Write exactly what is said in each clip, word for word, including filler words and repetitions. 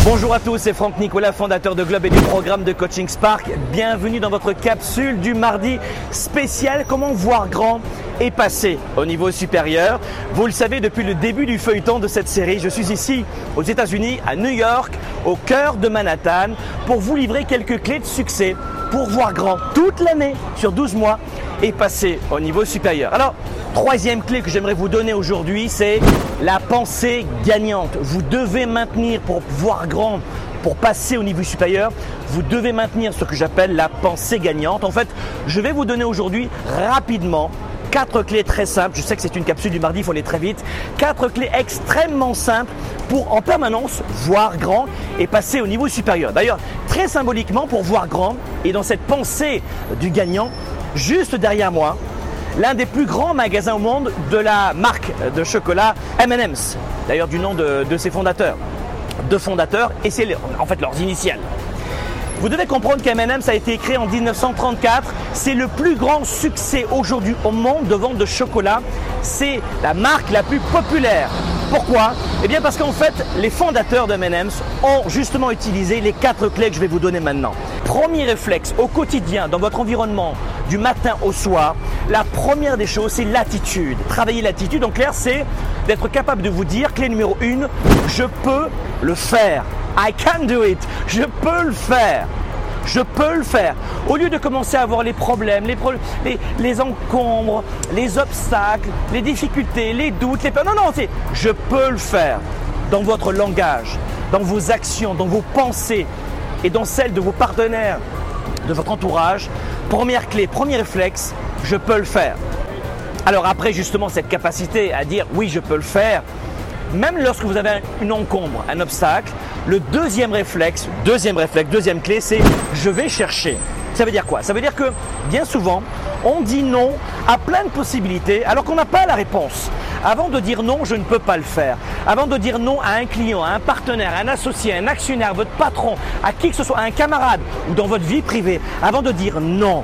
Bonjour à tous, c'est Franck Nicolas, fondateur de Globe et du programme de coaching Spark. Bienvenue dans votre capsule du mardi spécial Comment voir grand et passer au niveau supérieur. Vous le savez, depuis le début du feuilleton de cette série, je suis ici aux États-Unis, à New York, au cœur de Manhattan, pour vous livrer quelques clés de succès pour voir grand toute l'année sur douze mois et passer au niveau supérieur. Alors, troisième clé que j'aimerais vous donner aujourd'hui, c'est la pensée gagnante. Vous devez maintenir, pour voir grand, pour passer au niveau supérieur, vous devez maintenir ce que j'appelle la pensée gagnante. En fait, je vais vous donner aujourd'hui rapidement quatre clés très simples. Je sais que c'est une capsule du mardi, il faut aller très vite. Quatre clés extrêmement simples pour en permanence voir grand et passer au niveau supérieur. D'ailleurs, très symboliquement, pour voir grand et dans cette pensée du gagnant, juste derrière moi, l'un des plus grands magasins au monde de la marque de chocolat M and M's, d'ailleurs du nom de, de ses fondateurs, deux fondateurs, et c'est en fait leurs initiales. Vous devez comprendre qu'M and M's a été créé en mille neuf cent trente-quatre, c'est le plus grand succès aujourd'hui au monde de vente de chocolat, c'est la marque la plus populaire. Pourquoi? Eh bien parce qu'en fait, les fondateurs de M and M's ont justement utilisé les quatre clés que je vais vous donner maintenant. Premier réflexe au quotidien, dans votre environnement, du matin au soir, la première des choses, c'est l'attitude. Travailler l'attitude, en clair, c'est d'être capable de vous dire, clé numéro une, je peux le faire. I can do it. Je peux le faire. Je peux le faire. Au lieu de commencer à avoir les problèmes, les, pro les, les encombres, les obstacles, les difficultés, les doutes, les peurs. Non, non, c'est je peux le faire dans votre langage, dans vos actions, dans vos pensées et dans celles de vos partenaires, de votre entourage. Première clé, premier réflexe, je peux le faire. Alors après justement cette capacité à dire oui, je peux le faire, même lorsque vous avez une encombre, un obstacle, le deuxième réflexe, deuxième réflexe, deuxième clé, c'est je vais chercher. Ça veut dire quoi? Ça veut dire que bien souvent, on dit non à plein de possibilités alors qu'on n'a pas la réponse. Avant de dire non, je ne peux pas le faire. Avant de dire non à un client, à un partenaire, à un associé, à un actionnaire, à votre patron, à qui que ce soit, à un camarade ou dans votre vie privée, avant de dire non,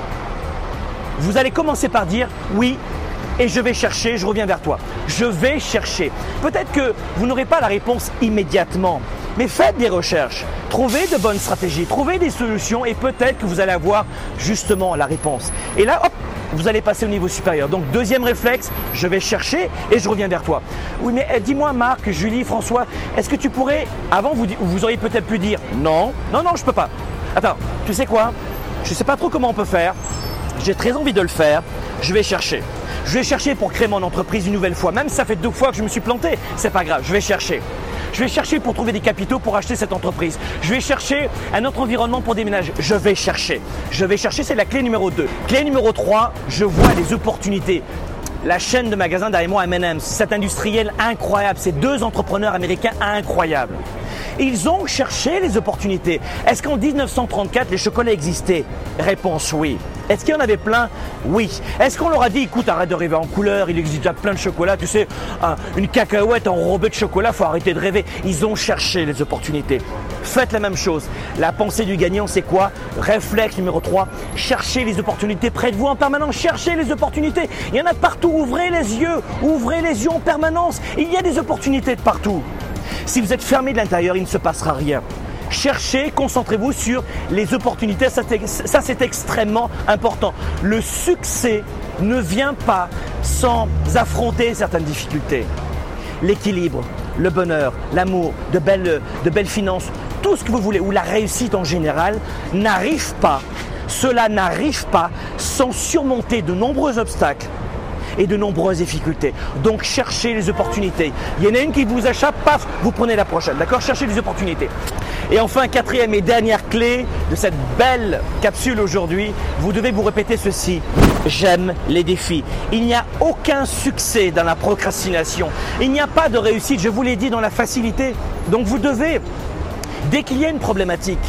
vous allez commencer par dire oui. Et je vais chercher, je reviens vers toi. Je vais chercher. Peut-être que vous n'aurez pas la réponse immédiatement, mais faites des recherches, trouvez de bonnes stratégies, trouvez des solutions et peut-être que vous allez avoir justement la réponse. Et là, hop, vous allez passer au niveau supérieur. Donc, deuxième réflexe, je vais chercher et je reviens vers toi. Oui, mais eh, dis-moi Marc, Julie, François, est-ce que tu pourrais, avant vous, vous auriez peut-être pu dire non, non, non, je peux pas. Attends, tu sais quoi? Je ne sais pas trop comment on peut faire. J'ai très envie de le faire. Je vais chercher. Je vais chercher pour créer mon entreprise une nouvelle fois. Même si ça fait deux fois que je me suis planté, c'est pas grave, je vais chercher. Je vais chercher pour trouver des capitaux pour acheter cette entreprise. Je vais chercher un autre environnement pour déménager. Je vais chercher. Je vais chercher, c'est la clé numéro deux. Clé numéro trois, je vois les opportunités. La chaîne de magasins derrière moi, M and M's, cet industriel incroyable, ces deux entrepreneurs américains incroyables. Ils ont cherché les opportunités. Est-ce qu'en mille neuf cent trente-quatre, les chocolats existaient? Réponse oui. Est-ce qu'il y en avait plein? Oui. Est-ce qu'on leur a dit, écoute, arrête de rêver en couleur, il existe déjà plein de chocolat, tu sais, un, une cacahuète enrobée de chocolat, faut arrêter de rêver. Ils ont cherché les opportunités. Faites la même chose. La pensée du gagnant, c'est quoi? Réflexe numéro trois, cherchez les opportunités près de vous en permanence. Cherchez les opportunités. Il y en a de partout. Ouvrez les yeux. Ouvrez les yeux en permanence. Il y a des opportunités de partout. Si vous êtes fermé de l'intérieur, il ne se passera rien. Cherchez, concentrez-vous sur les opportunités, ça, ça c'est extrêmement important. Le succès ne vient pas sans affronter certaines difficultés. L'équilibre, le bonheur, l'amour, de belles, de belles finances, tout ce que vous voulez, ou la réussite en général, n'arrive pas, cela n'arrive pas sans surmonter de nombreux obstacles et de nombreuses difficultés. Donc cherchez les opportunités. Il y en a une qui vous échappe, paf, vous prenez la prochaine. D'accord? Cherchez les opportunités. Et enfin, quatrième et dernière clé de cette belle capsule aujourd'hui, vous devez vous répéter ceci. J'aime les défis. Il n'y a aucun succès dans la procrastination. Il n'y a pas de réussite, je vous l'ai dit, dans la facilité. Donc vous devez, dès qu'il y a une problématique,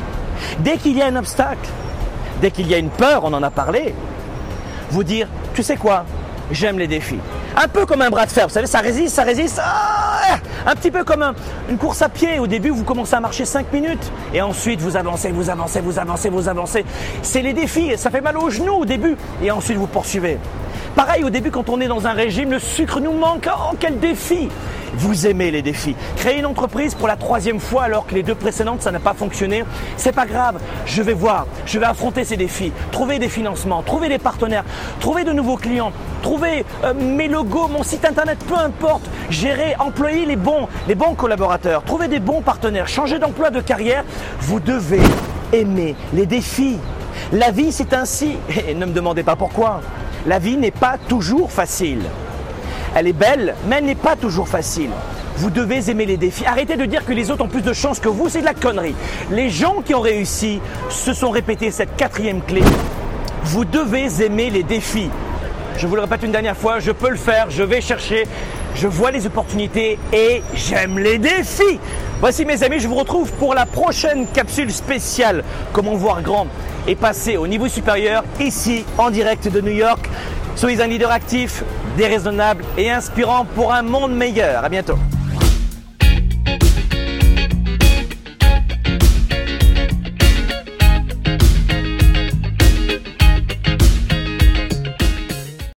dès qu'il y a un obstacle, dès qu'il y a une peur, on en a parlé, vous dire, tu sais quoi? J'aime les défis. Un peu comme un bras de fer, vous savez, ça résiste, ça résiste. Ah, un petit peu comme un, une course à pied. Au début, vous commencez à marcher cinq minutes et ensuite vous avancez, vous avancez, vous avancez, vous avancez. C'est les défis, ça fait mal aux genoux au début et ensuite vous poursuivez. Pareil au début quand on est dans un régime, le sucre nous manque. Oh, quel défi! Vous aimez les défis. Créer une entreprise pour la troisième fois alors que les deux précédentes, ça n'a pas fonctionné. C'est pas grave. Je vais voir. Je vais affronter ces défis. Trouver des financements, trouver des partenaires, trouver de nouveaux clients, trouver euh, mes logos, mon site internet, peu importe. Gérer, employer les bons, les bons collaborateurs, trouver des bons partenaires, changer d'emploi, de carrière. Vous devez aimer les défis. La vie, c'est ainsi. Et ne me demandez pas pourquoi. La vie n'est pas toujours facile. Elle est belle, mais elle n'est pas toujours facile. Vous devez aimer les défis. Arrêtez de dire que les autres ont plus de chance que vous, c'est de la connerie. Les gens qui ont réussi se sont répétés cette quatrième clé. Vous devez aimer les défis. Je vous le répète une dernière fois, je peux le faire, je vais chercher, je vois les opportunités et j'aime les défis. Voici mes amis, je vous retrouve pour la prochaine capsule spéciale Comment voir grand et passer au niveau supérieur ici en direct de New York. Soyez un leader actif, déraisonnable et inspirant pour un monde meilleur. À bientôt.